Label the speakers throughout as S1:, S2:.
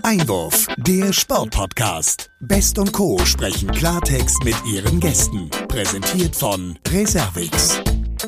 S1: Einwurf, der Sportpodcast. Best und Co. sprechen Klartext mit ihren Gästen. Präsentiert von Reservix.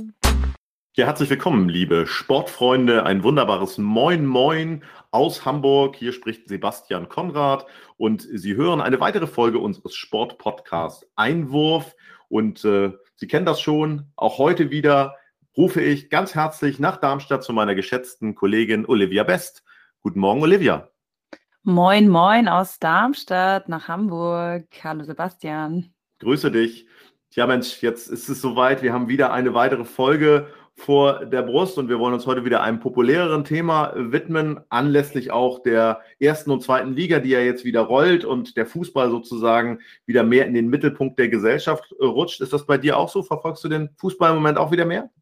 S2: Ja, herzlich willkommen, liebe Sportfreunde. Ein wunderbares Moin Moin aus Hamburg. Hier spricht Sebastian Konrad und Sie hören eine weitere Folge unseres Sportpodcasts Einwurf. Und Sie kennen das schon, auch heute wieder rufe ich ganz herzlich nach Darmstadt zu meiner geschätzten Kollegin Olivia Best. Guten Morgen, Olivia.
S3: Moin, moin aus Darmstadt nach Hamburg. Hallo Sebastian.
S2: Grüße dich. Ja Mensch, jetzt ist es soweit. Wir haben wieder eine weitere Folge vor der Brust und wir wollen uns heute wieder einem populäreren Thema widmen, anlässlich auch der ersten und zweiten Liga, die ja jetzt wieder rollt und der Fußball sozusagen wieder mehr in den Mittelpunkt der Gesellschaft rutscht. Ist das bei dir auch so? Verfolgst du den Fußball im Moment auch wieder mehr?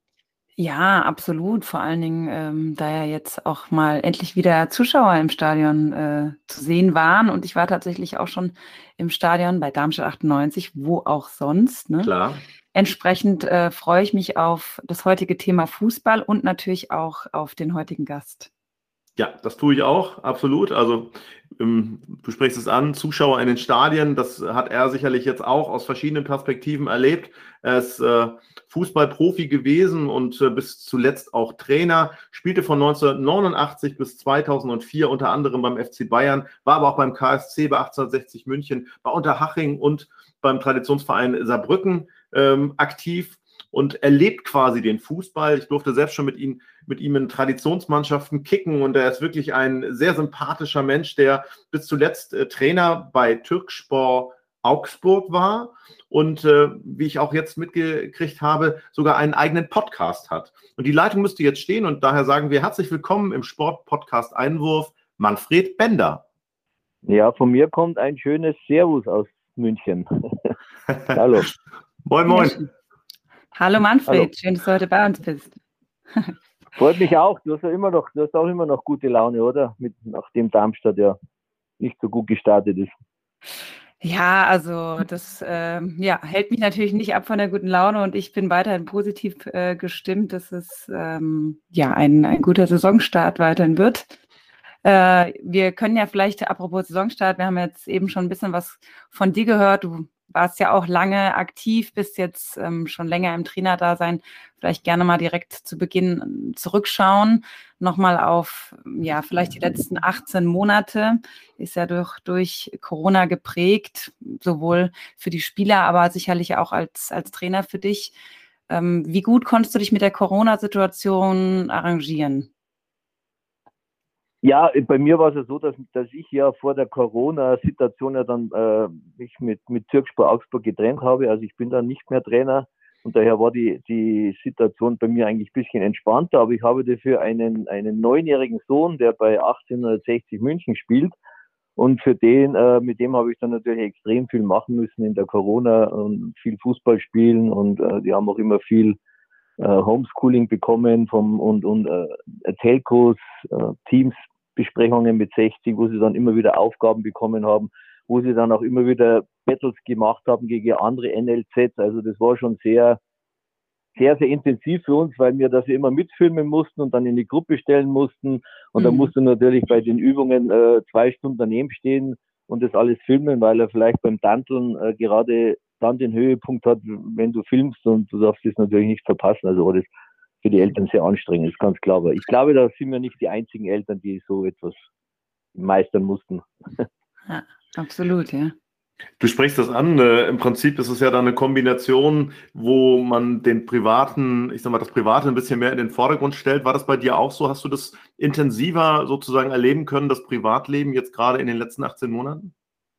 S3: Ja, absolut. Vor allen Dingen, da ja jetzt auch mal endlich wieder Zuschauer im Stadion zu sehen waren. Und ich war tatsächlich auch schon im Stadion bei Darmstadt 98, wo auch sonst. Ne?
S2: Klar.
S3: Entsprechend freue ich mich auf das heutige Thema Fußball und natürlich auch auf den heutigen Gast.
S2: Ja, das tue ich auch, absolut. Also du sprichst es an, Zuschauer in den Stadien, das hat er sicherlich jetzt auch aus verschiedenen Perspektiven erlebt. Er ist Fußballprofi gewesen und bis zuletzt auch Trainer, spielte von 1989 bis 2004 unter anderem beim FC Bayern, war aber auch beim KSC bei 1860 München, bei Unterhaching und beim Traditionsverein Saarbrücken aktiv und erlebt quasi den Fußball. Ich durfte selbst schon mit ihm in Traditionsmannschaften kicken und er ist wirklich ein sehr sympathischer Mensch, der bis zuletzt Trainer bei Türkspor Augsburg war und wie ich auch jetzt mitgekriegt habe, sogar einen eigenen Podcast hat. Und die Leitung müsste jetzt stehen und daher sagen wir herzlich willkommen im Sportpodcast Einwurf, Manfred Bender.
S4: Ja, von mir kommt ein schönes Servus aus München. Hallo.
S2: Moin, moin.
S3: Hallo Manfred,
S4: Hallo.
S3: Schön, dass du heute bei uns bist.
S4: Freut mich auch. Du hast auch immer noch gute Laune, oder? Nachdem Darmstadt ja nicht so gut gestartet ist.
S3: Ja, also das hält mich natürlich nicht ab von der guten Laune und ich bin weiterhin positiv gestimmt, dass es ein guter Saisonstart weiterhin wird. Wir können ja vielleicht, apropos Saisonstart, wir haben jetzt eben schon ein bisschen was von dir gehört. Du warst ja auch lange aktiv, bist jetzt schon länger im Trainerdasein. Vielleicht gerne mal direkt zu Beginn zurückschauen, nochmal auf vielleicht die letzten 18 Monate. Ist ja durch Corona geprägt, sowohl für die Spieler, aber sicherlich auch als Trainer für dich. Wie gut konntest du dich mit der Corona-Situation arrangieren?
S4: Ja, bei mir war es ja so, dass ich ja vor der Corona-Situation ja dann mich mit Türkspor Augsburg getrennt habe. Also ich bin dann nicht mehr Trainer und daher war die Situation bei mir eigentlich ein bisschen entspannter. Aber ich habe dafür einen 9-jährigen Sohn, der bei 1860 München spielt. Und mit dem habe ich dann natürlich extrem viel machen müssen in der Corona und viel Fußball spielen und die haben auch immer viel Homeschooling bekommen und Telcos, Teamsbesprechungen mit 60, wo sie dann immer wieder Aufgaben bekommen haben, wo sie dann auch immer wieder Battles gemacht haben gegen andere NLZs. Also das war schon sehr, sehr, sehr intensiv für uns, weil wir das immer mitfilmen mussten und dann in die Gruppe stellen mussten. Und dann musst du natürlich bei den Übungen 2 Stunden daneben stehen und das alles filmen, weil er vielleicht beim Tanteln gerade dann den Höhepunkt hat, wenn du filmst und du darfst das natürlich nicht verpassen. Also war das für die Eltern sehr anstrengend, ist ganz klar. Aber ich glaube, da sind wir nicht die einzigen Eltern, die so etwas meistern mussten.
S3: Ja, absolut, ja.
S2: Du sprichst das an. Im Prinzip ist es ja dann eine Kombination, wo man das Private ein bisschen mehr in den Vordergrund stellt. War das bei dir auch so? Hast du das intensiver sozusagen erleben können, das Privatleben jetzt gerade in den letzten 18 Monaten?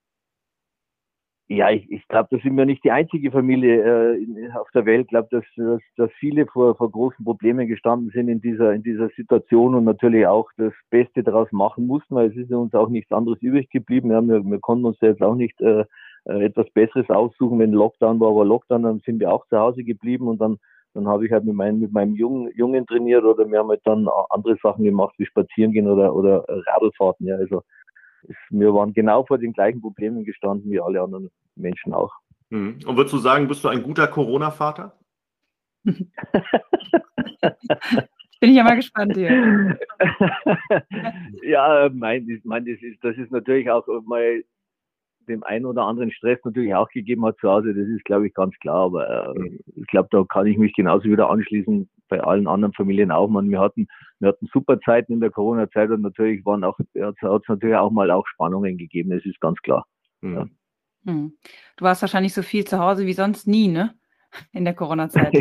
S4: Ja, ich glaube, da sind wir nicht die einzige Familie auf der Welt. Ich glaube, dass viele vor großen Problemen gestanden sind in dieser Situation und natürlich auch das Beste daraus machen mussten, weil es ist ja uns auch nichts anderes übrig geblieben. Ja, wir konnten uns jetzt auch nicht etwas Besseres aussuchen, wenn Lockdown war, aber Lockdown, dann sind wir auch zu Hause geblieben und dann habe ich halt mit meinem Jungen trainiert oder wir haben halt dann andere Sachen gemacht, wie spazieren gehen oder Radlfahrten. Ja, also wir waren genau vor den gleichen Problemen gestanden wie alle anderen Menschen auch.
S2: Und würdest du sagen, bist du ein guter Corona-Vater?
S3: Ich Bin ich ja mal gespannt hier.
S4: Ja, das ist natürlich auch mal dem einen oder anderen Stress natürlich auch gegeben hat zu Hause, das ist, glaube ich, ganz klar. Aber ich glaube, da kann ich mich genauso wieder anschließen, bei allen anderen Familien auch. Wir hatten super Zeiten in der Corona-Zeit und natürlich hat es natürlich auch mal auch Spannungen gegeben, das ist ganz klar. Ja.
S3: Du warst wahrscheinlich so viel zu Hause wie sonst nie, ne? In der Corona-Zeit.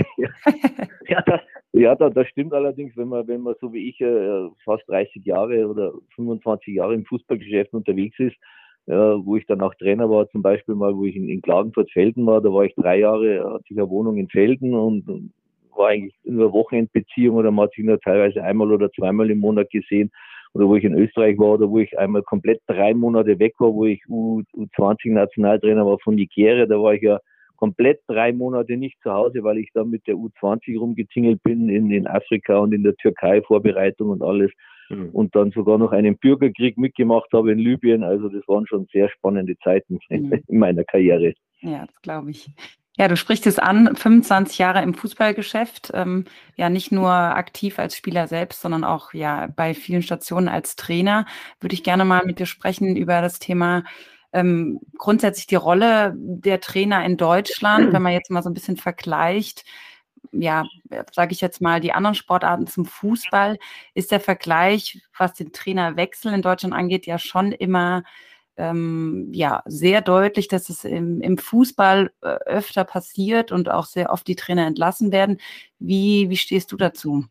S4: Das stimmt allerdings, wenn man so wie ich fast 30 Jahre oder 25 Jahre im Fußballgeschäft unterwegs ist, wo ich dann auch Trainer war, zum Beispiel mal, wo ich in Klagenfurt-Velden war, da war ich 3 Jahre, hatte ich eine Wohnung in Velden und war eigentlich nur Wochenendbeziehung oder man hat sich nur teilweise einmal oder zweimal im Monat gesehen. Oder wo ich in Österreich war oder wo ich einmal komplett 3 Monate weg war, wo ich U20-Nationaltrainer war von Nigeria, da war ich ja komplett 3 Monate nicht zu Hause, weil ich dann mit der U20 rumgetingelt bin in Afrika und in der Türkei, Vorbereitung und alles. Und dann sogar noch einen Bürgerkrieg mitgemacht habe in Libyen. Also das waren schon sehr spannende Zeiten in meiner Karriere.
S3: Ja, das glaube ich. Ja, du sprichst es an, 25 Jahre im Fußballgeschäft, ja nicht nur aktiv als Spieler selbst, sondern auch ja bei vielen Stationen als Trainer. Würde ich gerne mal mit dir sprechen über das Thema grundsätzlich die Rolle der Trainer in Deutschland, wenn man jetzt mal so ein bisschen vergleicht, ja, sage ich jetzt mal, die anderen Sportarten zum Fußball, ist der Vergleich, was den Trainerwechsel in Deutschland angeht, ja schon immer sehr deutlich, dass es im Fußball öfter passiert und auch sehr oft die Trainer entlassen werden. Wie stehst du dazu?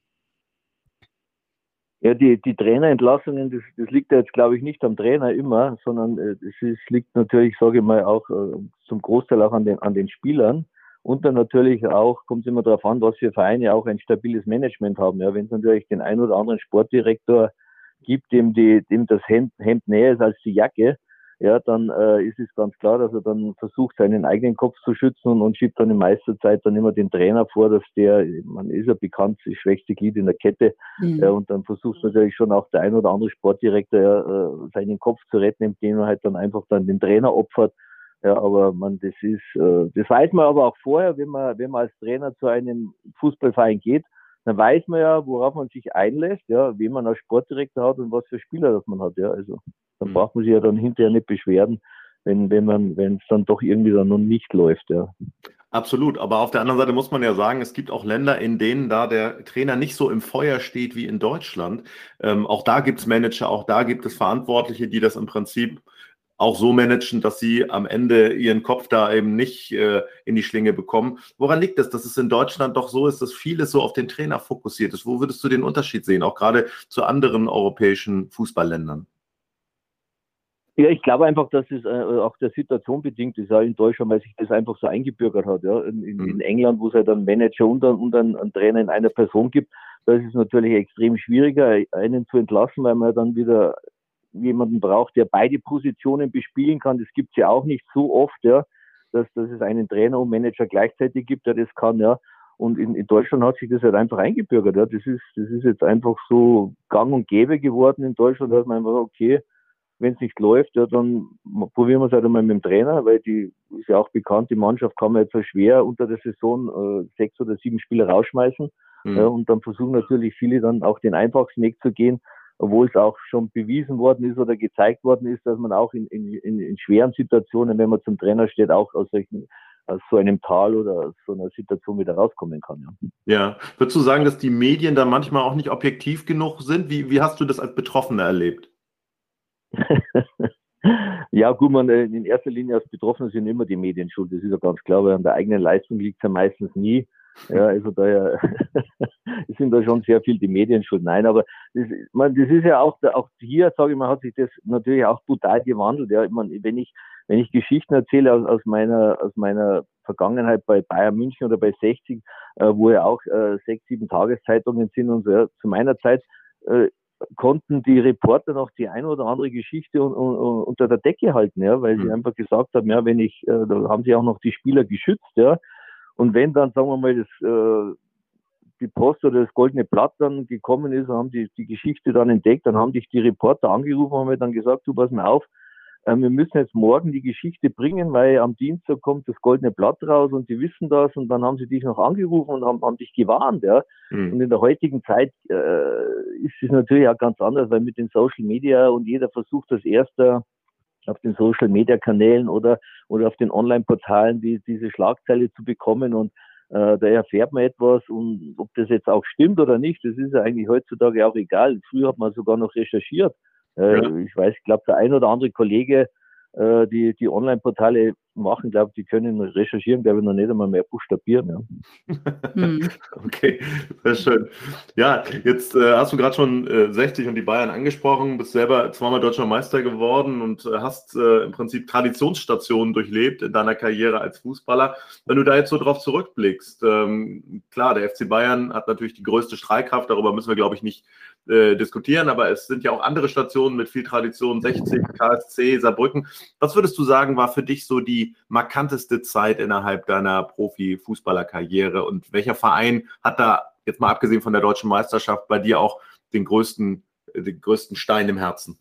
S4: Ja, die Trainerentlassungen, das liegt ja jetzt, glaube ich, nicht am Trainer immer, sondern es liegt natürlich, sage ich mal, auch zum Großteil auch an den Spielern. Und dann natürlich auch, kommt es immer darauf an, was für Vereine auch ein stabiles Management haben. Ja, wenn es natürlich den einen oder anderen Sportdirektor gibt, dem das Hemd näher ist als die Jacke, ja, dann ist es ganz klar, dass er dann versucht, seinen eigenen Kopf zu schützen und schiebt dann in meiner Zeit dann immer den Trainer vor, dass man ist ja bekannt, das schwächste Glied in der Kette, und dann versucht natürlich schon auch der ein oder andere Sportdirektor seinen Kopf zu retten, indem er halt dann einfach dann den Trainer opfert. Ja, aber das weiß man aber auch vorher, wenn man als Trainer zu einem Fußballverein geht, dann weiß man ja, worauf man sich einlässt, ja, wen man als Sportdirektor hat und was für Spieler das man hat, ja, also dann braucht man sich ja dann hinterher nicht beschweren, wenn es dann doch irgendwie dann noch nicht läuft, ja.
S2: Absolut, aber auf der anderen Seite muss man ja sagen, es gibt auch Länder, in denen da der Trainer nicht so im Feuer steht wie in Deutschland. Auch da gibt es Manager, auch da gibt es Verantwortliche, die das im Prinzip auch so managen, dass sie am Ende ihren Kopf da eben nicht in die Schlinge bekommen. Woran liegt es, dass es in Deutschland doch so ist, dass vieles so auf den Trainer fokussiert ist? Wo würdest du den Unterschied sehen, auch gerade zu anderen europäischen Fußballländern?
S4: Ja, ich glaube einfach, dass es auch der Situation bedingt ist, ja, in Deutschland, weil sich das einfach so eingebürgert hat. Ja. In England, wo es halt einen Manager und einen Trainer in einer Person gibt, da ist es natürlich extrem schwieriger, einen zu entlassen, weil man dann wieder jemanden braucht, der beide Positionen bespielen kann. Das gibt es ja auch nicht so oft, ja, dass es einen Trainer und Manager gleichzeitig gibt, der das kann, ja. Und in Deutschland hat sich das halt einfach eingebürgert. Ja. Das ist jetzt einfach so gang und gäbe geworden in Deutschland, dass man einfach, okay, wenn es nicht läuft, ja, dann probieren wir es halt einmal mit dem Trainer, weil die ist ja auch bekannt, die Mannschaft kann man jetzt so schwer unter der Saison 6 oder 7 Spieler rausschmeißen. Ja, und dann versuchen natürlich viele dann auch den einfachsten Weg zu gehen, obwohl es auch schon bewiesen worden ist oder gezeigt worden ist, dass man auch in schweren Situationen, wenn man zum Trainer steht, auch aus so einem Tal oder aus so einer Situation wieder rauskommen kann.
S2: Ja. Würdest du sagen, dass die Medien da manchmal auch nicht objektiv genug sind? Wie hast du das als Betroffener erlebt?
S4: Ja, gut, in erster Linie als Betroffener sind immer die Medien schuld, das ist ja ganz klar, weil an der eigenen Leistung liegt es ja meistens nie. Ja, also daher sind da schon sehr viel die Medien schuld. Nein, aber das ist ja auch hier, sage ich mal, hat sich das natürlich auch brutal gewandelt. Ja, ich meine, wenn ich Geschichten erzähle aus meiner Vergangenheit bei Bayern München oder bei 60, wo ja auch 6, 7 Tageszeitungen sind und so, ja, zu meiner Zeit konnten die Reporter noch die eine oder andere Geschichte unter der Decke halten, ja, weil sie einfach gesagt haben, ja, da haben sie auch noch die Spieler geschützt, ja. Und wenn dann, sagen wir mal, die Post oder das Goldene Blatt dann gekommen ist, haben die Geschichte dann entdeckt, dann haben dich die Reporter angerufen, haben mir dann gesagt, du pass mal auf, wir müssen jetzt morgen die Geschichte bringen, weil am Dienstag kommt das goldene Blatt raus und die wissen das und dann haben sie dich noch angerufen und haben dich gewarnt, ja. Und in der heutigen Zeit ist es natürlich auch ganz anders, weil mit den Social Media und jeder versucht das Erste auf den Social Media Kanälen oder auf den Online-Portalen diese Schlagzeile zu bekommen und da erfährt man etwas und ob das jetzt auch stimmt oder nicht, das ist ja eigentlich heutzutage auch egal. Früher hat man sogar noch recherchiert. Ich weiß, ich glaube, der ein oder andere Kollege, die Online-Portale machen, glaube ich, die können recherchieren, glaube ich, noch nicht einmal mehr buchstabieren. Ja.
S2: Okay, sehr schön. Ja, jetzt hast du gerade schon 60 und die Bayern angesprochen, bist selber zweimal Deutscher Meister geworden und hast im Prinzip Traditionsstationen durchlebt in deiner Karriere als Fußballer. Wenn du da jetzt so drauf zurückblickst, klar, der FC Bayern hat natürlich die größte Strahlkraft, darüber müssen wir, glaube ich, nicht diskutieren, aber es sind ja auch andere Stationen mit viel Tradition, 60, KSC, Saarbrücken. Was würdest du sagen, war für dich so die markanteste Zeit innerhalb deiner Profifußballerkarriere und welcher Verein hat da, jetzt mal abgesehen von der Deutschen Meisterschaft, bei dir auch den größten Stein im Herzen?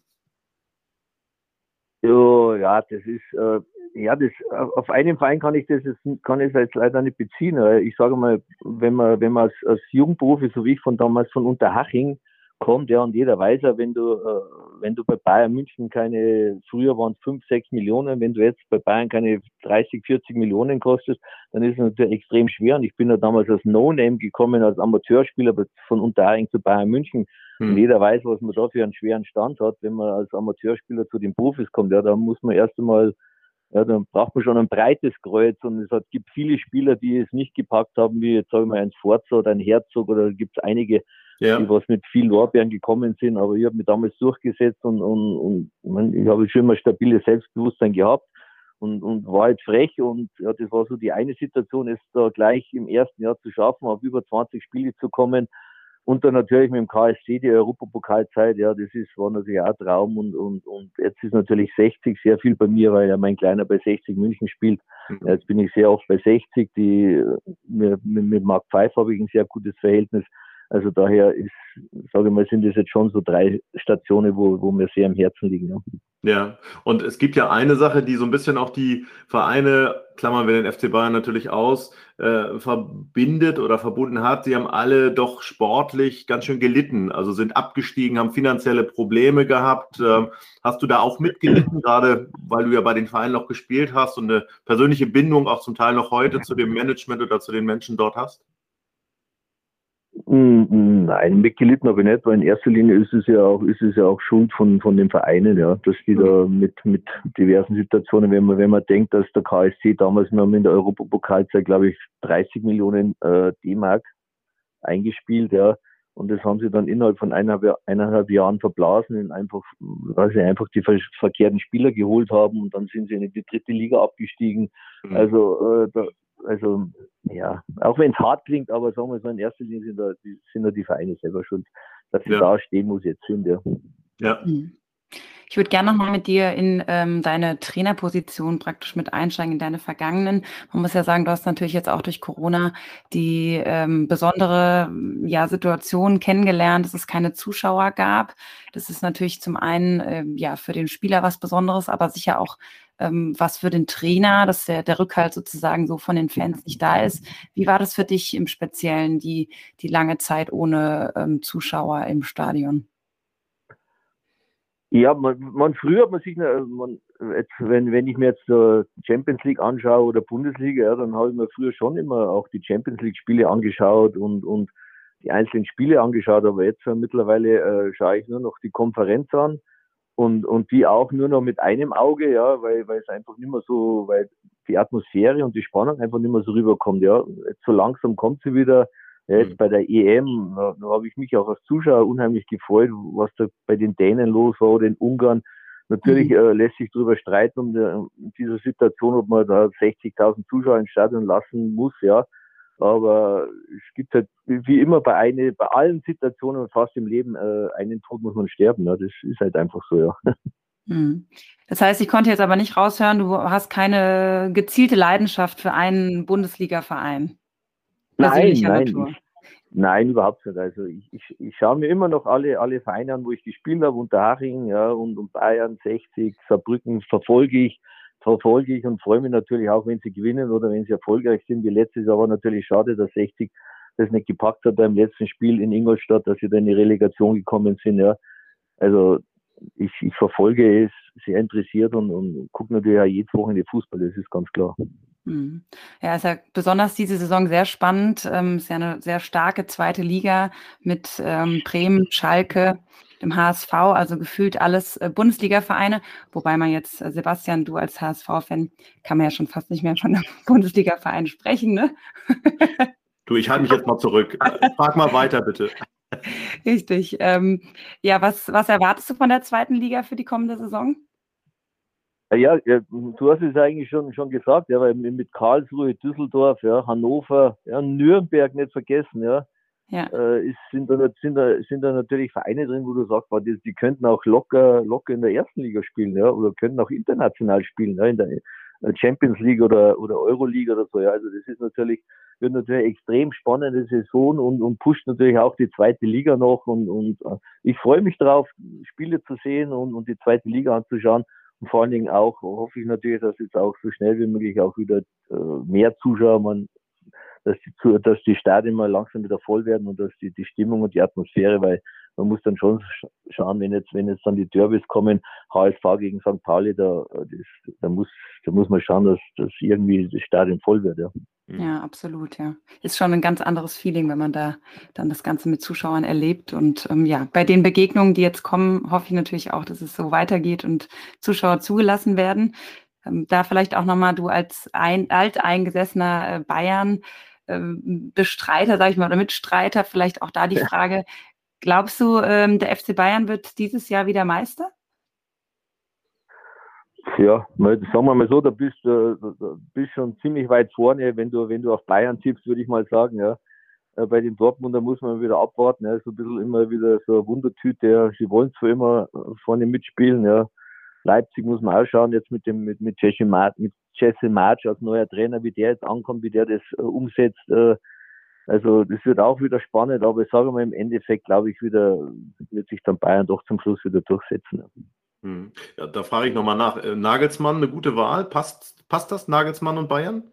S4: Ja, das ist, auf einen Verein kann ich jetzt leider nicht beziehen. Ich sage mal, wenn man als Jugendprofi, so wie ich damals von Unterhaching kommt, ja, und jeder weiß ja, wenn du bei Bayern München früher waren es 5, 6 Millionen, wenn du jetzt bei Bayern keine 30, 40 Millionen kostest, dann ist es natürlich extrem schwer. Und ich bin ja damals als No-Name gekommen, als Amateurspieler von Unterhaching zu Bayern München. Und jeder weiß, was man da für einen schweren Stand hat, wenn man als Amateurspieler zu den Profis kommt. Ja, da muss man erst einmal, ja, dann braucht man schon ein breites Kreuz und gibt viele Spieler, die es nicht gepackt haben, wie jetzt sagen wir ein Sforza oder ein Herzog oder gibt es einige, die was mit viel Lorbeeren gekommen sind, aber ich habe mich damals durchgesetzt und ich habe schon immer stabiles Selbstbewusstsein gehabt und war halt frech und ja, das war so die eine Situation, es da gleich im ersten Jahr zu schaffen, auf über 20 Spiele zu kommen und dann natürlich mit dem KSC die Europapokalzeit, ja, war natürlich auch ein Traum und jetzt ist natürlich 60 sehr viel bei mir, weil ja mein Kleiner bei 60 München spielt. Jetzt bin ich sehr oft bei 60, mit Marc Pfeiffer habe ich ein sehr gutes Verhältnis. Also daher sind das jetzt schon so 3 Stationen, wo mir sehr am Herzen liegen. Ja.
S2: Ja, und es gibt ja eine Sache, die so ein bisschen auch die Vereine, klammern wir den FC Bayern natürlich aus, verbindet oder verbunden hat. Sie haben alle doch sportlich ganz schön gelitten, also sind abgestiegen, haben finanzielle Probleme gehabt. Hast du da auch mitgelitten, gerade weil du ja bei den Vereinen noch gespielt hast und eine persönliche Bindung auch zum Teil noch heute zu dem Management oder zu den Menschen dort hast?
S4: Nein, mitgelitten habe ich nicht, weil in erster Linie ist es ja auch Schuld von den Vereinen, ja, dass die da mit diversen Situationen, wenn man denkt, dass der KSC damals, wir haben in der Europapokalzeit, glaube ich, 30 Millionen D-Mark eingespielt, ja, und das haben sie dann innerhalb von eineinhalb Jahren verblasen, weil sie einfach die verkehrten Spieler geholt haben und dann sind sie in die 3. Liga abgestiegen. Also, ja, auch wenn es hart klingt, aber sagen wir so, in erster Linie sind da die Vereine selber schuld, dass sie da stehen, wo sie jetzt sind, ja.
S2: Ja.
S3: Ich würde gerne nochmal mit dir in deine Trainerposition praktisch mit einsteigen, in deine vergangenen. Man muss ja sagen, du hast natürlich jetzt auch durch Corona die besondere Situation kennengelernt, dass es keine Zuschauer gab. Das ist natürlich zum einen für den Spieler was Besonderes, aber sicher auch was für den Trainer, dass der Rückhalt sozusagen so von den Fans nicht da ist. Wie war das für dich im Speziellen, die lange Zeit ohne Zuschauer im Stadion?
S4: Ja, früher hat man sich, wenn ich mir jetzt Champions League anschaue oder Bundesliga, ja, dann habe ich mir früher schon immer auch die Champions League Spiele angeschaut und die einzelnen Spiele angeschaut, aber jetzt mittlerweile schaue ich nur noch die Konferenz an und die auch nur noch mit einem Auge, ja, weil es einfach nicht mehr so, weil die Atmosphäre und die Spannung einfach nicht mehr so rüberkommt, ja. Jetzt so langsam kommt sie wieder. Ja, jetzt bei der EM, da habe ich mich auch als Zuschauer unheimlich gefreut, was da bei den Dänen los war oder in Ungarn. Natürlich lässt sich darüber streiten um diese Situation, ob man da 60.000 Zuschauer ins Stadion lassen muss, ja. Aber es gibt halt, wie immer bei allen Situationen fast im Leben, einen Tod muss man sterben. Ja. Das ist halt einfach so, ja.
S3: Das heißt, ich konnte jetzt aber nicht raushören, du hast keine gezielte Leidenschaft für einen Bundesliga-Verein.
S4: Nein. Nein, überhaupt nicht. Also ich schaue mir immer noch alle Vereine an, wo ich gespielt habe, Unterhaching, ja, und Bayern, 60, Saarbrücken verfolge ich und freue mich natürlich auch, wenn sie gewinnen oder wenn sie erfolgreich sind. Wie letztes Jahr war natürlich schade, dass 60 das nicht gepackt hat beim letzten Spiel in Ingolstadt, dass sie da in die Relegation gekommen sind, ja. Also ich verfolge es sehr interessiert und gucke natürlich auch jede Woche in die Fußball, das ist ganz klar.
S3: Ja, ist ja besonders diese Saison sehr spannend. Ist ja eine sehr starke zweite Liga mit Bremen, Schalke, dem HSV, also gefühlt alles Bundesliga-Vereine. Wobei man jetzt, Sebastian, du als HSV-Fan, kann man ja schon fast nicht mehr von einem Bundesliga-Verein sprechen, ne?
S2: Du, ich halte mich jetzt mal zurück. Frag mal weiter, bitte.
S3: Richtig. Ja, was erwartest du von der zweiten Liga für die kommende Saison?
S4: Ja, du hast es eigentlich schon gesagt, ja, weil mit Karlsruhe, Düsseldorf, ja, Hannover, ja, Nürnberg nicht vergessen, ja,
S3: Ja.
S4: sind da natürlich Vereine drin, wo du sagst, die könnten auch locker in der ersten Liga spielen, ja, oder könnten auch international spielen, ja, in der Champions League oder Euroleague oder so, ja. Also das wird natürlich extrem spannende Saison und pusht natürlich auch die zweite Liga noch und ich freue mich darauf, Spiele zu sehen und die zweite Liga anzuschauen. Und vor allen Dingen auch hoffe ich natürlich, dass jetzt auch so schnell wie möglich auch wieder mehr Zuschauer, dass die Stadien mal langsam wieder voll werden und dass die Stimmung und die Atmosphäre, weil man muss dann schon schauen, wenn jetzt dann die Derbys kommen, HSV gegen St. Pauli, da muss man schauen, dass irgendwie das Stadion voll wird, ja.
S3: Ja, absolut, ja. Ist schon ein ganz anderes Feeling, wenn man da dann das Ganze mit Zuschauern erlebt. Und ja, bei den Begegnungen, die jetzt kommen, hoffe ich natürlich auch, dass es so weitergeht und Zuschauer zugelassen werden. Da vielleicht auch nochmal du als alteingesessener Bayern-Bestreiter, sage ich mal, oder Mitstreiter, vielleicht auch da die Frage, glaubst du, der FC Bayern wird dieses Jahr wieder Meister?
S4: Ja, sagen wir mal so, da bist schon ziemlich weit vorne, wenn du auf Bayern tippst, würde ich mal sagen, ja. Bei den Dortmunder muss man wieder abwarten, ja, so ein bisschen immer wieder so eine Wundertüte, ja. Sie wollen zwar immer vorne mitspielen, ja. Leipzig muss man auch schauen, jetzt mit Jesse Marsch als neuer Trainer, wie der jetzt ankommt, wie der das umsetzt. Also das wird auch wieder spannend, aber ich sage mal, im Endeffekt glaube ich wird sich dann Bayern doch zum Schluss wieder durchsetzen. Ja.
S2: Ja, da frage ich nochmal nach. Nagelsmann, eine gute Wahl. Passt das, Nagelsmann und Bayern?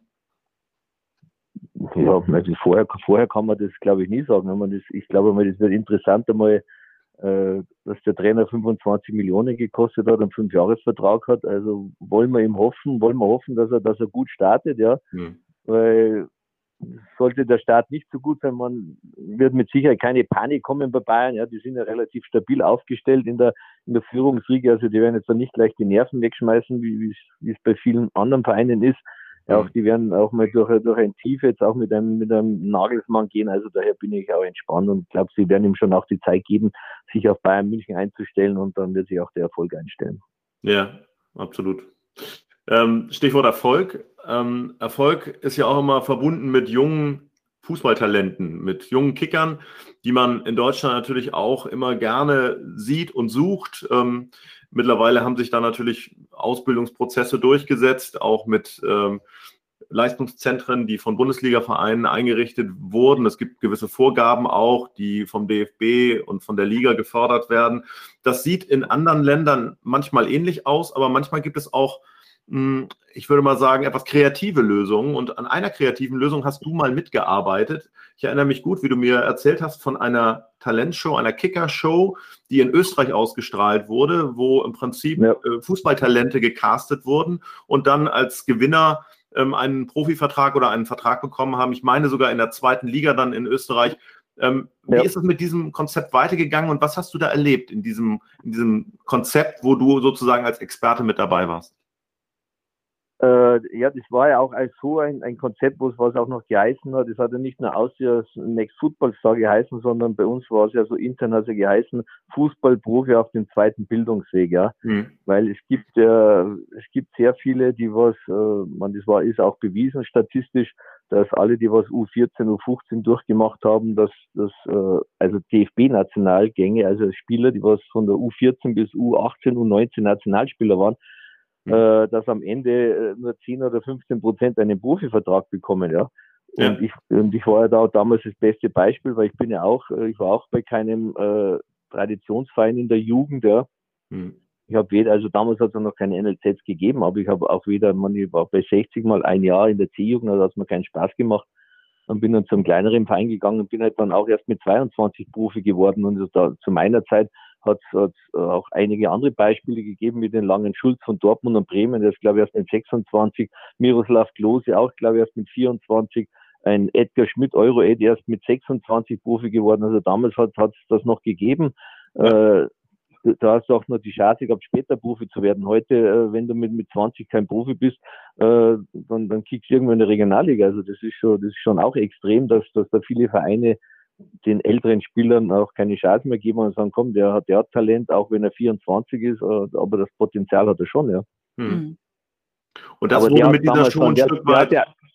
S4: Ja, vorher kann man das, glaube ich, nie sagen. Ich glaube mal, das wird interessant einmal, dass der Trainer 25 Millionen gekostet hat und 5-Jahres-Vertrag hat. Also wollen wir hoffen, dass er gut startet, ja. Weil sollte der Start nicht so gut sein, man wird mit Sicherheit keine Panik kommen bei Bayern. Ja, die sind ja relativ stabil aufgestellt in der Führungsriege. Also die werden jetzt dann nicht gleich die Nerven wegschmeißen, wie es bei vielen anderen Vereinen ist. Ja, auch die werden auch mal durch ein Tief jetzt auch mit einem Nagelsmann gehen. Also daher bin ich auch entspannt und glaube, sie werden ihm schon auch die Zeit geben, sich auf Bayern München einzustellen und dann wird sich auch der Erfolg einstellen.
S2: Ja, absolut. Stichwort Erfolg. Erfolg ist ja auch immer verbunden mit jungen Fußballtalenten, mit jungen Kickern, die man in Deutschland natürlich auch immer gerne sieht und sucht. Mittlerweile haben sich da natürlich Ausbildungsprozesse durchgesetzt, auch mit Leistungszentren, die von Bundesliga-Vereinen eingerichtet wurden. Es gibt gewisse Vorgaben auch, die vom DFB und von der Liga gefördert werden. Das sieht in anderen Ländern manchmal ähnlich aus, aber manchmal gibt es auch, ich würde mal sagen, etwas kreative Lösungen. Und an einer kreativen Lösung hast du mal mitgearbeitet. Ich erinnere mich gut, wie du mir erzählt hast von einer Talentshow, einer Kicker-Show, die in Österreich ausgestrahlt wurde, wo im Prinzip Fußballtalente gecastet wurden und dann als Gewinner einen Profivertrag oder einen Vertrag bekommen haben. Ich meine sogar in der zweiten Liga dann in Österreich. Wie ist es mit diesem Konzept weitergegangen und was hast du da erlebt in diesem Konzept, wo du sozusagen als Experte mit dabei warst?
S4: Ja, das war ja auch so ein Konzept, was auch noch geheißen hat. Das hat ja nicht nur Austria's Next Football Star geheißen, sondern bei uns war es ja so intern also geheißen, Fußballprofi auf dem zweiten Bildungsweg, ja. Weil es gibt sehr viele, die ist auch bewiesen statistisch, dass alle, die was U14, U15 durchgemacht haben, also DFB-Nationalgänge, also Spieler, die was von der U14 bis U18, U19 Nationalspieler waren, dass am Ende nur 10 oder 15% einen Profivertrag bekommen, ja.
S2: Ja.
S4: Und ich war ja da damals das beste Beispiel, weil ich war auch bei keinem Traditionsverein in der Jugend, ja. Ich habe weder, also damals hat es noch keine NLZs gegeben, aber ich habe auch weder, ich war bei 60 mal ein Jahr in der C-Jugend, also hat es mir keinen Spaß gemacht. Und bin dann zum kleineren Verein gegangen und bin halt dann auch erst mit 22 Profi geworden. Und da, zu meiner Zeit hat es auch einige andere Beispiele gegeben, wie den Langen Schulz von Dortmund und Bremen, der ist, glaube ich, erst mit 26, Miroslav Klose auch, glaube ich, erst mit 24, ein Edgar Schmidt, Euro-Ed, erst mit 26 Profi geworden. Also damals hat es das noch gegeben. Ja. Da hast du auch noch die Chance gehabt, später Profi zu werden. Heute, wenn du mit 20 kein Profi bist, dann kickst du irgendwo in der Regionalliga. Also das ist schon auch extrem, dass da viele Vereine den älteren Spielern auch keine Chance mehr geben und sagen, komm, der hat Talent, auch wenn er 24 ist, aber das Potenzial hat er schon, ja.
S2: Und das wurde mit dieser Show ein Stück weit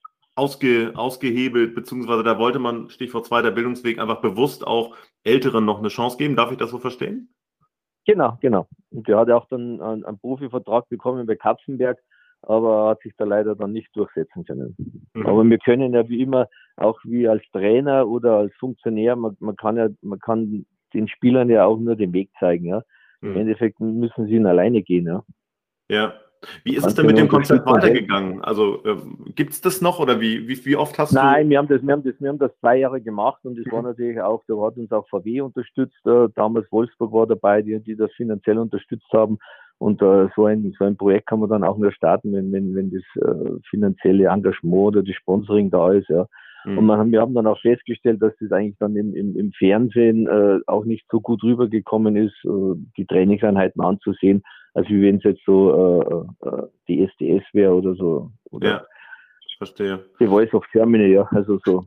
S2: ausgehebelt, beziehungsweise da wollte man, Stichwort zweiter Bildungsweg, einfach bewusst auch Älteren noch eine Chance geben. Darf ich das so verstehen?
S4: Genau. Und der hat ja auch dann einen Profivertrag bekommen bei Kapfenberg, aber hat sich da leider dann nicht durchsetzen können. Aber wir können ja wie immer, auch wie als Trainer oder als Funktionär, man kann den Spielern ja auch nur den Weg zeigen, ja. Im Endeffekt müssen sie ihn alleine gehen, ja.
S2: Ja. Wie ist es denn mit dem Konzept weitergegangen? Also gibt es das noch oder wie oft hast du?
S4: Nein, wir haben das 2 Jahre gemacht und es war natürlich auch, da hat uns auch VW unterstützt, damals Wolfsburg war dabei, die das finanziell unterstützt haben und so ein Projekt kann man dann auch nur starten, wenn das finanzielle Engagement oder das Sponsoring da ist, ja. Und wir haben dann auch festgestellt, dass das eigentlich dann im Fernsehen auch nicht so gut rübergekommen ist, die Trainingseinheiten anzusehen, als wie wenn es jetzt so die SDS wäre oder so. Oder
S2: ja, ich verstehe.
S4: Die Voice of Germany, ja, also so.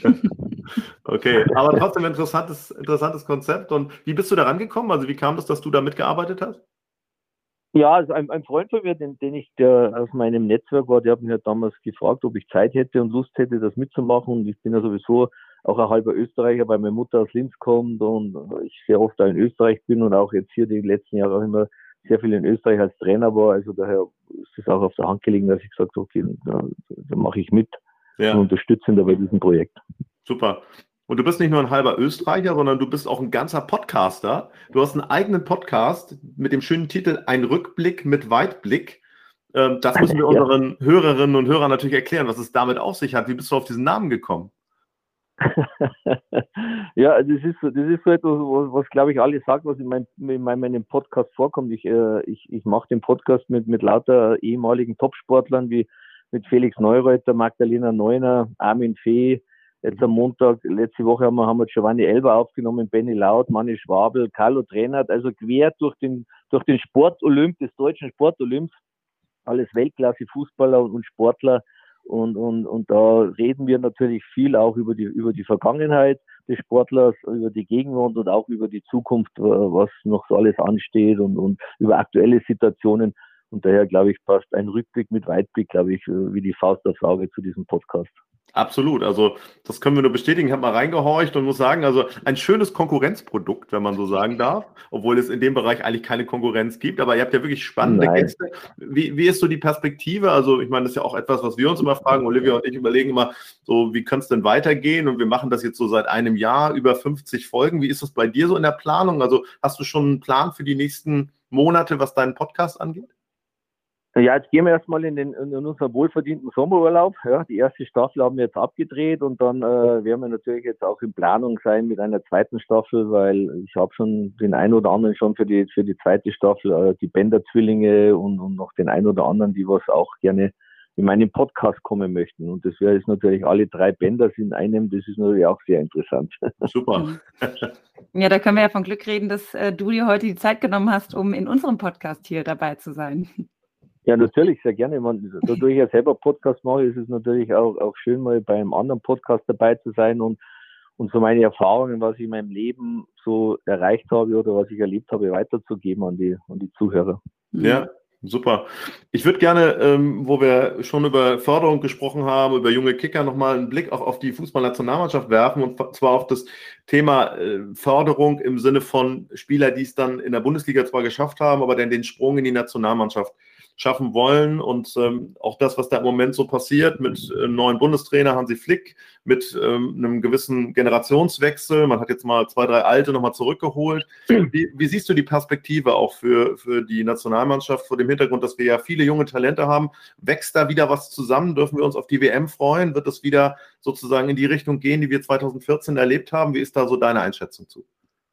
S2: Okay, aber trotzdem interessantes Konzept. Und wie bist du da rangekommen? Also wie kam das, dass du da mitgearbeitet hast?
S4: Ja, also ein Freund von mir, der aus meinem Netzwerk war, der hat mich ja damals gefragt, ob ich Zeit hätte und Lust hätte, das mitzumachen. Und ich bin ja sowieso auch ein halber Österreicher, weil meine Mutter aus Linz kommt und ich sehr oft da in Österreich bin und auch jetzt hier die letzten Jahre auch immer sehr viel in Österreich als Trainer war. Also daher ist es auch auf der Hand gelegen, dass ich gesagt habe, okay, da mache ich mit und unterstütze ihn da bei diesem Projekt.
S2: Super. Und du bist nicht nur ein halber Österreicher, sondern du bist auch ein ganzer Podcaster. Du hast einen eigenen Podcast mit dem schönen Titel Ein Rückblick mit Weitblick. Das müssen wir unseren Hörerinnen und Hörern natürlich erklären, was es damit auf sich hat. Wie bist du auf diesen Namen gekommen?
S4: Ja, das ist so etwas, was glaube ich alle sagt, was in meinem Podcast vorkommt. Ich mache den Podcast mit lauter ehemaligen Topsportlern wie mit Felix Neureuter, Magdalena Neuner, Armin Fee. Jetzt am Montag, letzte Woche haben wir Giovanni Elber aufgenommen, Benny Laut, Manni Schwabel, Carlo Trennert, also quer durch den Sportolymp, des deutschen Sportolymps, alles Weltklasse-Fußballer und Sportler. Und da reden wir natürlich viel auch über die Vergangenheit des Sportlers, über die Gegenwart und auch über die Zukunft, was noch so alles ansteht und über aktuelle Situationen. Und daher, glaube ich, passt ein Rückblick mit Weitblick, glaube ich, wie die Faust aufs Auge zu diesem Podcast.
S2: Absolut, also das können wir nur bestätigen. Ich habe mal reingehorcht und muss sagen, also ein schönes Konkurrenzprodukt, wenn man so sagen darf, obwohl es in dem Bereich eigentlich keine Konkurrenz gibt, aber ihr habt ja wirklich spannende Gäste. Wie ist so die Perspektive? Also ich meine, das ist ja auch etwas, was wir uns immer fragen, Olivia und ich überlegen immer, so wie könnte es denn weitergehen? Und wir machen das jetzt so seit einem Jahr, über 50 Folgen. Wie ist das bei dir so in der Planung? Also hast du schon einen Plan für die nächsten Monate, was deinen Podcast angeht?
S4: Ja, jetzt gehen wir erstmal in unseren wohlverdienten Sommerurlaub. Ja, die erste Staffel haben wir jetzt abgedreht und dann werden wir natürlich jetzt auch in Planung sein mit einer zweiten Staffel, weil ich habe schon den einen oder anderen schon für die zweite Staffel, die Bender-Zwillinge und noch den einen oder anderen, die was auch gerne in meinen Podcast kommen möchten. Und das wäre jetzt natürlich alle 3 Benders in einem, das ist natürlich auch sehr interessant. Super.
S3: Ja, da können wir ja von Glück reden, dass du dir heute die Zeit genommen hast, um in unserem Podcast hier dabei zu sein.
S4: Ja, natürlich, sehr gerne. Dadurch ich ja selber Podcast mache, ist es natürlich auch schön, mal bei einem anderen Podcast dabei zu sein und so meine Erfahrungen, was ich in meinem Leben so erreicht habe oder was ich erlebt habe, weiterzugeben an die Zuhörer.
S2: Ja, super. Ich würde gerne, wo wir schon über Förderung gesprochen haben, über junge Kicker, nochmal einen Blick auch auf die Fußballnationalmannschaft werfen und zwar auf das Thema Förderung im Sinne von Spieler, die es dann in der Bundesliga zwar geschafft haben, aber dann den Sprung in die Nationalmannschaft schaffen wollen und auch das, was da im Moment so passiert mit neuen Bundestrainer Hansi Flick, mit einem gewissen Generationswechsel. Man hat jetzt mal 2, 3 Alte nochmal zurückgeholt. Wie siehst du die Perspektive auch für die Nationalmannschaft vor dem Hintergrund, dass wir ja viele junge Talente haben? Wächst da wieder was zusammen? Dürfen wir uns auf die WM freuen? Wird es wieder sozusagen in die Richtung gehen, die wir 2014 erlebt haben? Wie ist da so deine Einschätzung zu?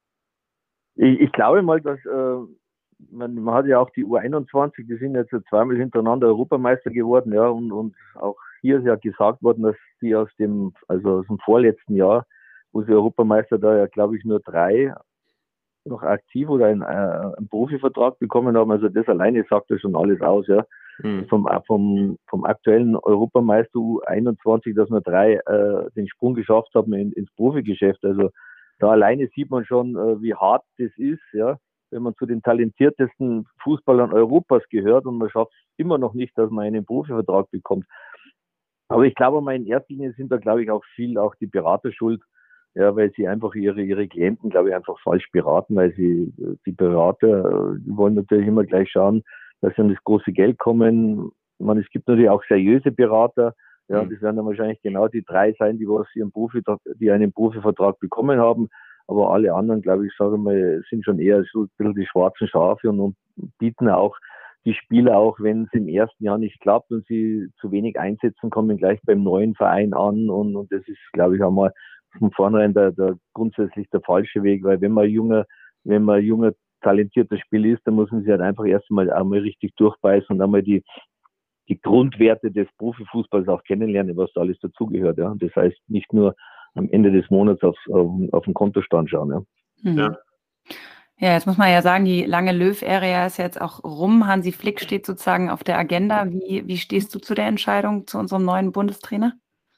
S4: Ich glaube mal, dass man hat ja auch die U21, die sind jetzt zweimal hintereinander Europameister geworden, ja, und auch hier ist ja gesagt worden, dass die aus dem vorletzten Jahr, wo sie Europameister da ja, glaube ich, nur 3 noch aktiv oder einen Profivertrag bekommen haben. Also das alleine sagt ja schon alles aus, ja. Vom aktuellen Europameister U21, dass nur 3 den Sprung geschafft haben ins Profigeschäft. Also da alleine sieht man schon, wie hart das ist, ja, wenn man zu den talentiertesten Fußballern Europas gehört und man schafft es immer noch nicht, dass man einen Profivertrag bekommt. Aber ich glaube mal, in erster Linie sind da, glaube ich, auch die Berater schuld, ja, weil sie einfach ihre Klienten, glaube ich, einfach falsch beraten, weil die Berater, die wollen natürlich immer gleich schauen, dass sie an das große Geld kommen. Es gibt natürlich auch seriöse Berater, ja, das werden dann wahrscheinlich genau die 3 sein, die einen Profivertrag bekommen haben. Aber alle anderen, glaube ich, sind schon eher so ein bisschen die schwarzen Schafe und bieten auch die Spieler, auch wenn es im ersten Jahr nicht klappt und sie zu wenig einsetzen, kommen gleich beim neuen Verein an. Und das ist, glaube ich, auch mal von vornherein der grundsätzlich der falsche Weg, weil wenn man junger, talentierter Spieler ist, dann muss man sich halt einfach erst einmal richtig durchbeißen und einmal die Grundwerte des Profifußballs auch kennenlernen, was da alles dazugehört. Ja. Das heißt, nicht nur am Ende des Monats auf den Kontostand schauen. Ja.
S3: Ja, jetzt muss man ja sagen, die lange Löw-Ära ist jetzt auch rum. Hansi Flick steht sozusagen auf der Agenda. Wie stehst du zu der Entscheidung, zu unserem neuen Bundestrainer?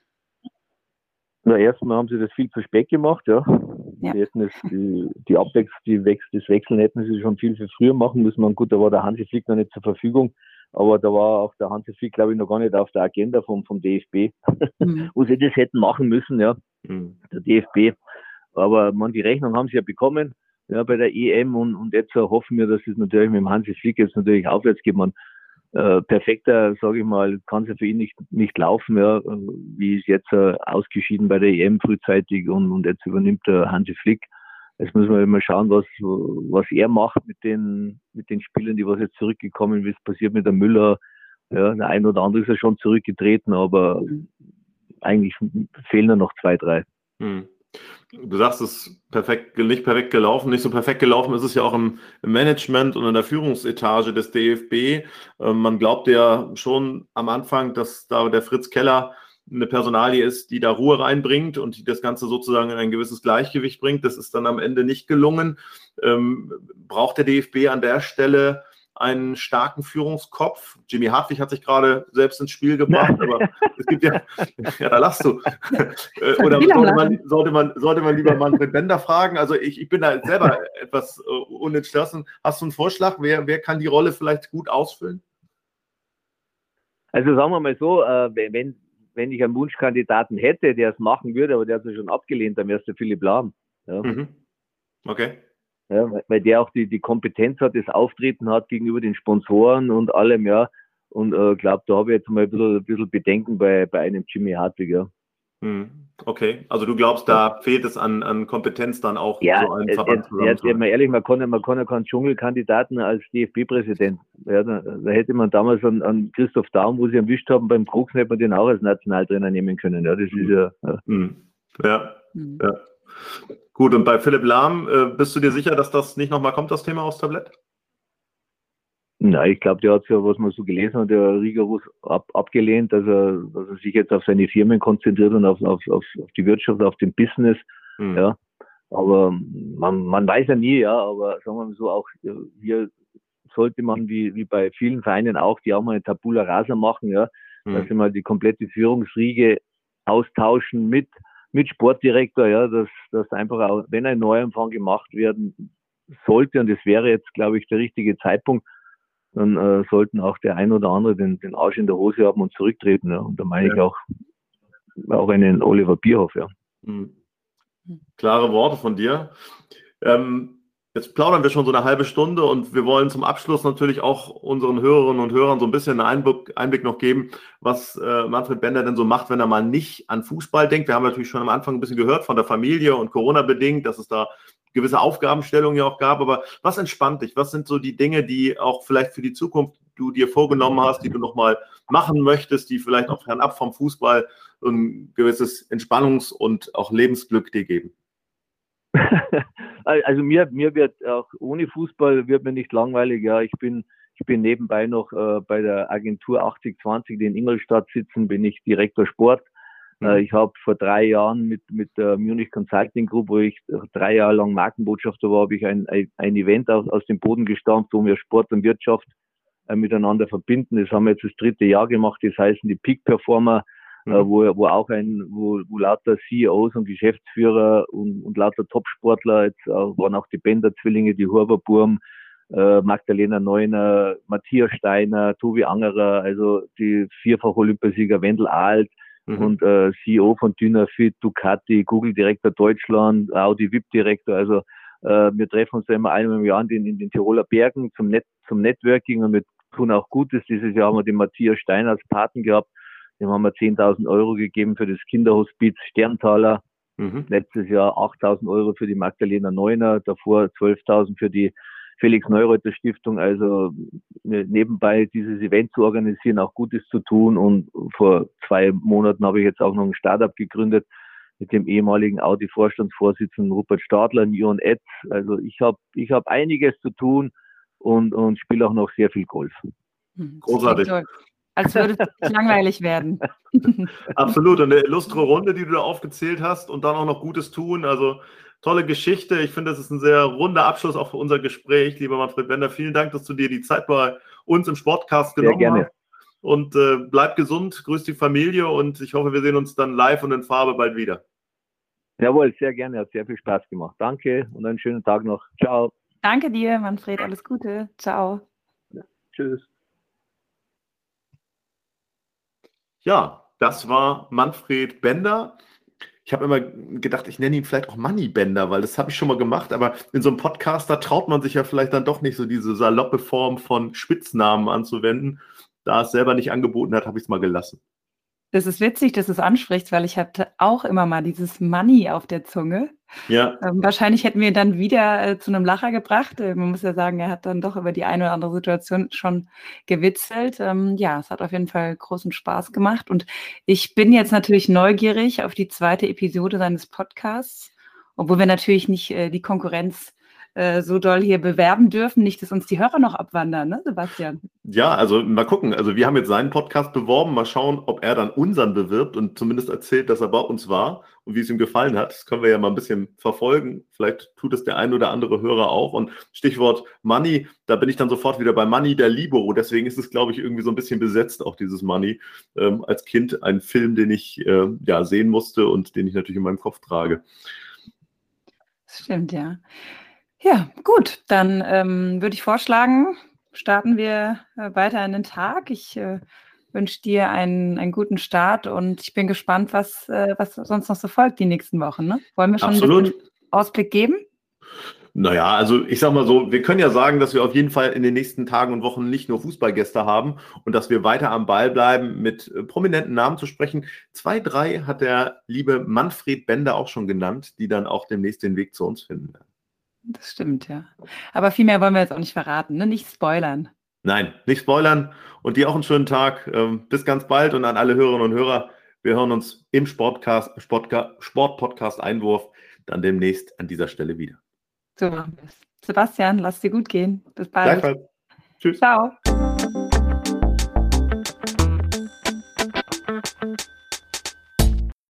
S4: Na, erstmal haben sie das viel zu spät gemacht, ja. Sie hätten das Wechseln hätten sie schon viel früher machen müssen. Gut, da war der Hansi Flick noch nicht zur Verfügung, aber da war auch der Hansi Flick, glaube ich, noch gar nicht auf der Agenda vom DFB, wo sie das hätten machen müssen, ja, der DFB. Aber die Rechnung haben sie ja bekommen, ja, bei der EM und jetzt hoffen wir, dass es natürlich mit dem Hansi Flick jetzt natürlich aufwärts geht. Perfekter, sage ich mal, kann es ja für ihn nicht laufen, ja, wie ist jetzt ausgeschieden bei der EM frühzeitig und jetzt übernimmt der Hansi Flick. Jetzt müssen wir immer schauen, was er macht mit den Spielern, die was jetzt zurückgekommen, wie es passiert mit der Müller. Ja, der ein oder andere ist ja schon zurückgetreten, aber eigentlich fehlen da noch 2, 3.
S2: Du sagst, es ist nicht perfekt gelaufen. Nicht so perfekt gelaufen ist es ja auch im Management und in der Führungsetage des DFB. Man glaubte ja schon am Anfang, dass da der Fritz Keller eine Personalie ist, die da Ruhe reinbringt und die das Ganze sozusagen in ein gewisses Gleichgewicht bringt. Das ist dann am Ende nicht gelungen. Braucht der DFB an der Stelle einen starken Führungskopf? Jimmy Hartwig hat sich gerade selbst ins Spiel gebracht, aber es gibt ja, da lachst du. Oder sollte man lieber Manfred Bender fragen? Also ich bin da selber etwas unentschlossen. Hast du einen Vorschlag? Wer kann die Rolle vielleicht gut ausfüllen?
S4: Also sagen wir mal so, wenn ich einen Wunschkandidaten hätte, der es machen würde, aber der hat es schon abgelehnt, dann wäre es der Philipp Lahm. Ja.
S2: Okay.
S4: Ja, weil der auch die Kompetenz hat, das Auftreten hat gegenüber den Sponsoren und allem, ja. Und glaube, da habe ich jetzt mal ein bisschen Bedenken bei einem Jimmy Hartwig, ja.
S2: Okay, also du glaubst, da fehlt es an Kompetenz dann auch, so einen Verband zusammenzuhalten.
S4: Mal ehrlich, man kann ja keinen Dschungelkandidaten als DFB-Präsident. Ja, da hätte man damals an Christoph Daum, wo sie erwischt haben beim Krux, hätte man den auch als Nationaltrainer nehmen können. Ja, das ist
S2: ja. Ja. Gut, und bei Philipp Lahm, bist du dir sicher, dass das nicht nochmal kommt, das Thema aufs Tablett?
S4: Nein, ich glaube, der hat ja, was man so gelesen hat, der rigoros abgelehnt, dass er sich jetzt auf seine Firmen konzentriert und auf die Wirtschaft, auf den Business. Ja. Aber man weiß ja nie, ja, aber sagen wir mal so, auch hier sollte man wie bei vielen Vereinen auch, die auch mal eine Tabula Rasa machen, ja, dass sie mal die komplette Führungsriege austauschen mit Sportdirektor, ja, dass einfach auch, wenn ein Neuanfang gemacht werden sollte, und das wäre jetzt, glaube ich, der richtige Zeitpunkt, dann sollten auch der ein oder andere den Arsch in der Hose haben und zurücktreten. Ja. Und da meine ich auch einen Oliver Bierhoff. Ja.
S2: Klare Worte von dir. Jetzt plaudern wir schon so eine halbe Stunde und wir wollen zum Abschluss natürlich auch unseren Hörerinnen und Hörern so ein bisschen einen Einblick noch geben, was Manfred Bender denn so macht, wenn er mal nicht an Fußball denkt. Wir haben natürlich schon am Anfang ein bisschen gehört von der Familie und Corona-bedingt, dass es da gewisse Aufgabenstellungen ja auch gab. Aber was entspannt dich? Was sind so die Dinge, die auch vielleicht für die Zukunft du dir vorgenommen hast, die du nochmal machen möchtest, die vielleicht auch fernab vom Fußball ein gewisses Entspannungs- und auch Lebensglück dir geben?
S4: Also mir wird auch ohne Fußball wird mir nicht langweilig. Ja, ich bin nebenbei noch bei der Agentur 8020, die in Ingolstadt sitzen, bin ich Direktor Sport. Ich habe vor 3 Jahren mit der Munich Consulting Group, wo ich 3 Jahre lang Markenbotschafter war, habe ich ein Event aus dem Boden gestampft, wo wir Sport und Wirtschaft miteinander verbinden. Das haben wir jetzt das 3. Jahr gemacht. Das heißen die Peak Performer, wo lauter CEOs und Geschäftsführer und lauter Topsportler, jetzt waren auch die Bender-Zwillinge, die Huber-Burm, Magdalena Neuner, Matthias Steiner, Tobi Angerer, also die 4-fach Olympiasieger Wendel Alt und CEO von Dynafit, Ducati, Google-Direktor Deutschland, Audi VIP-Direktor. Also wir treffen uns da immer einmal im Jahr in den Tiroler Bergen zum Networking und wir tun auch Gutes. Dieses Jahr haben wir den Matthias Steiner als Paten gehabt. Dem haben wir 10.000 Euro gegeben für das Kinderhospiz Sterntaler. Letztes Jahr 8.000 Euro für die Magdalena Neuner, davor 12.000 für die Felix-Neureuter-Stiftung. Also nebenbei dieses Event zu organisieren, auch Gutes zu tun. Und vor 2 Monaten habe ich jetzt auch noch ein Startup gegründet mit dem ehemaligen Audi-Vorstandsvorsitzenden Rupert Stadler, Neon Ads. Also ich hab einiges zu tun und spiele auch noch sehr viel Golf.
S2: Großartig.
S3: Als würde es nicht langweilig werden.
S2: Absolut. Und eine illustre Runde, die du da aufgezählt hast und dann auch noch Gutes tun. Also tolle Geschichte. Ich finde, das ist ein sehr runder Abschluss auch für unser Gespräch. Lieber Manfred Bender, vielen Dank, dass du dir die Zeit bei uns im Sportcast genommen hast. Und bleib gesund, grüß die Familie und ich hoffe, wir sehen uns dann live und in Farbe bald wieder.
S4: Jawohl, sehr gerne. Hat sehr viel Spaß gemacht. Danke und einen schönen Tag noch. Ciao.
S3: Danke dir, Manfred. Alles Gute. Ciao.
S4: Ja, tschüss.
S2: Ja, das war Manfred Bender. Ich habe immer gedacht, ich nenne ihn vielleicht auch Money Bender, weil das habe ich schon mal gemacht, aber in so einem Podcast, da traut man sich ja vielleicht dann doch nicht so diese saloppe Form von Spitznamen anzuwenden. Da es selber nicht angeboten hat, habe ich es mal gelassen.
S3: Das ist witzig, dass du es ansprichst, weil ich hatte auch immer mal dieses Money auf der Zunge.
S2: Ja.
S3: Wahrscheinlich hätten wir ihn dann wieder zu einem Lacher gebracht. Man muss ja sagen, er hat dann doch über die eine oder andere Situation schon gewitzelt. Ja, es hat auf jeden Fall großen Spaß gemacht. Und ich bin jetzt natürlich neugierig auf die 2. Episode seines Podcasts, obwohl wir natürlich nicht die Konkurrenz so doll hier bewerben dürfen. Nicht, dass uns die Hörer noch abwandern, ne, Sebastian?
S2: Ja, also mal gucken. Also wir haben jetzt seinen Podcast beworben. Mal schauen, ob er dann unseren bewirbt und zumindest erzählt, dass er bei uns war und wie es ihm gefallen hat. Das können wir ja mal ein bisschen verfolgen. Vielleicht tut es der ein oder andere Hörer auch. Und Stichwort Money, da bin ich dann sofort wieder bei Money der Libero. Deswegen ist es, glaube ich, irgendwie so ein bisschen besetzt, auch dieses Money. Als Kind ein Film, den ich sehen musste und den ich natürlich in meinem Kopf trage.
S3: Das stimmt, ja. Ja, gut, dann würde ich vorschlagen, starten wir weiter in den Tag. Ich wünsche dir einen guten Start und ich bin gespannt, was sonst noch so folgt die nächsten Wochen. Ne? Wollen wir schon ein bisschen Ausblick geben?
S2: Naja, also ich sag mal so, wir können ja sagen, dass wir auf jeden Fall in den nächsten Tagen und Wochen nicht nur Fußballgäste haben und dass wir weiter am Ball bleiben, mit prominenten Namen zu sprechen. 2, 3 hat der liebe Manfred Bender auch schon genannt, die dann auch demnächst den Weg zu uns finden werden.
S3: Das stimmt, ja. Aber viel mehr wollen wir jetzt auch nicht verraten, ne? Nicht spoilern.
S2: Nein, nicht spoilern und dir auch einen schönen Tag. Bis ganz bald und an alle Hörerinnen und Hörer. Wir hören uns im Sportpodcast Einwurf dann demnächst an dieser Stelle wieder.
S3: So machen wir es. Sebastian, lass dir gut gehen. Bis bald.
S2: Gleichfalls. Tschüss.
S3: Ciao.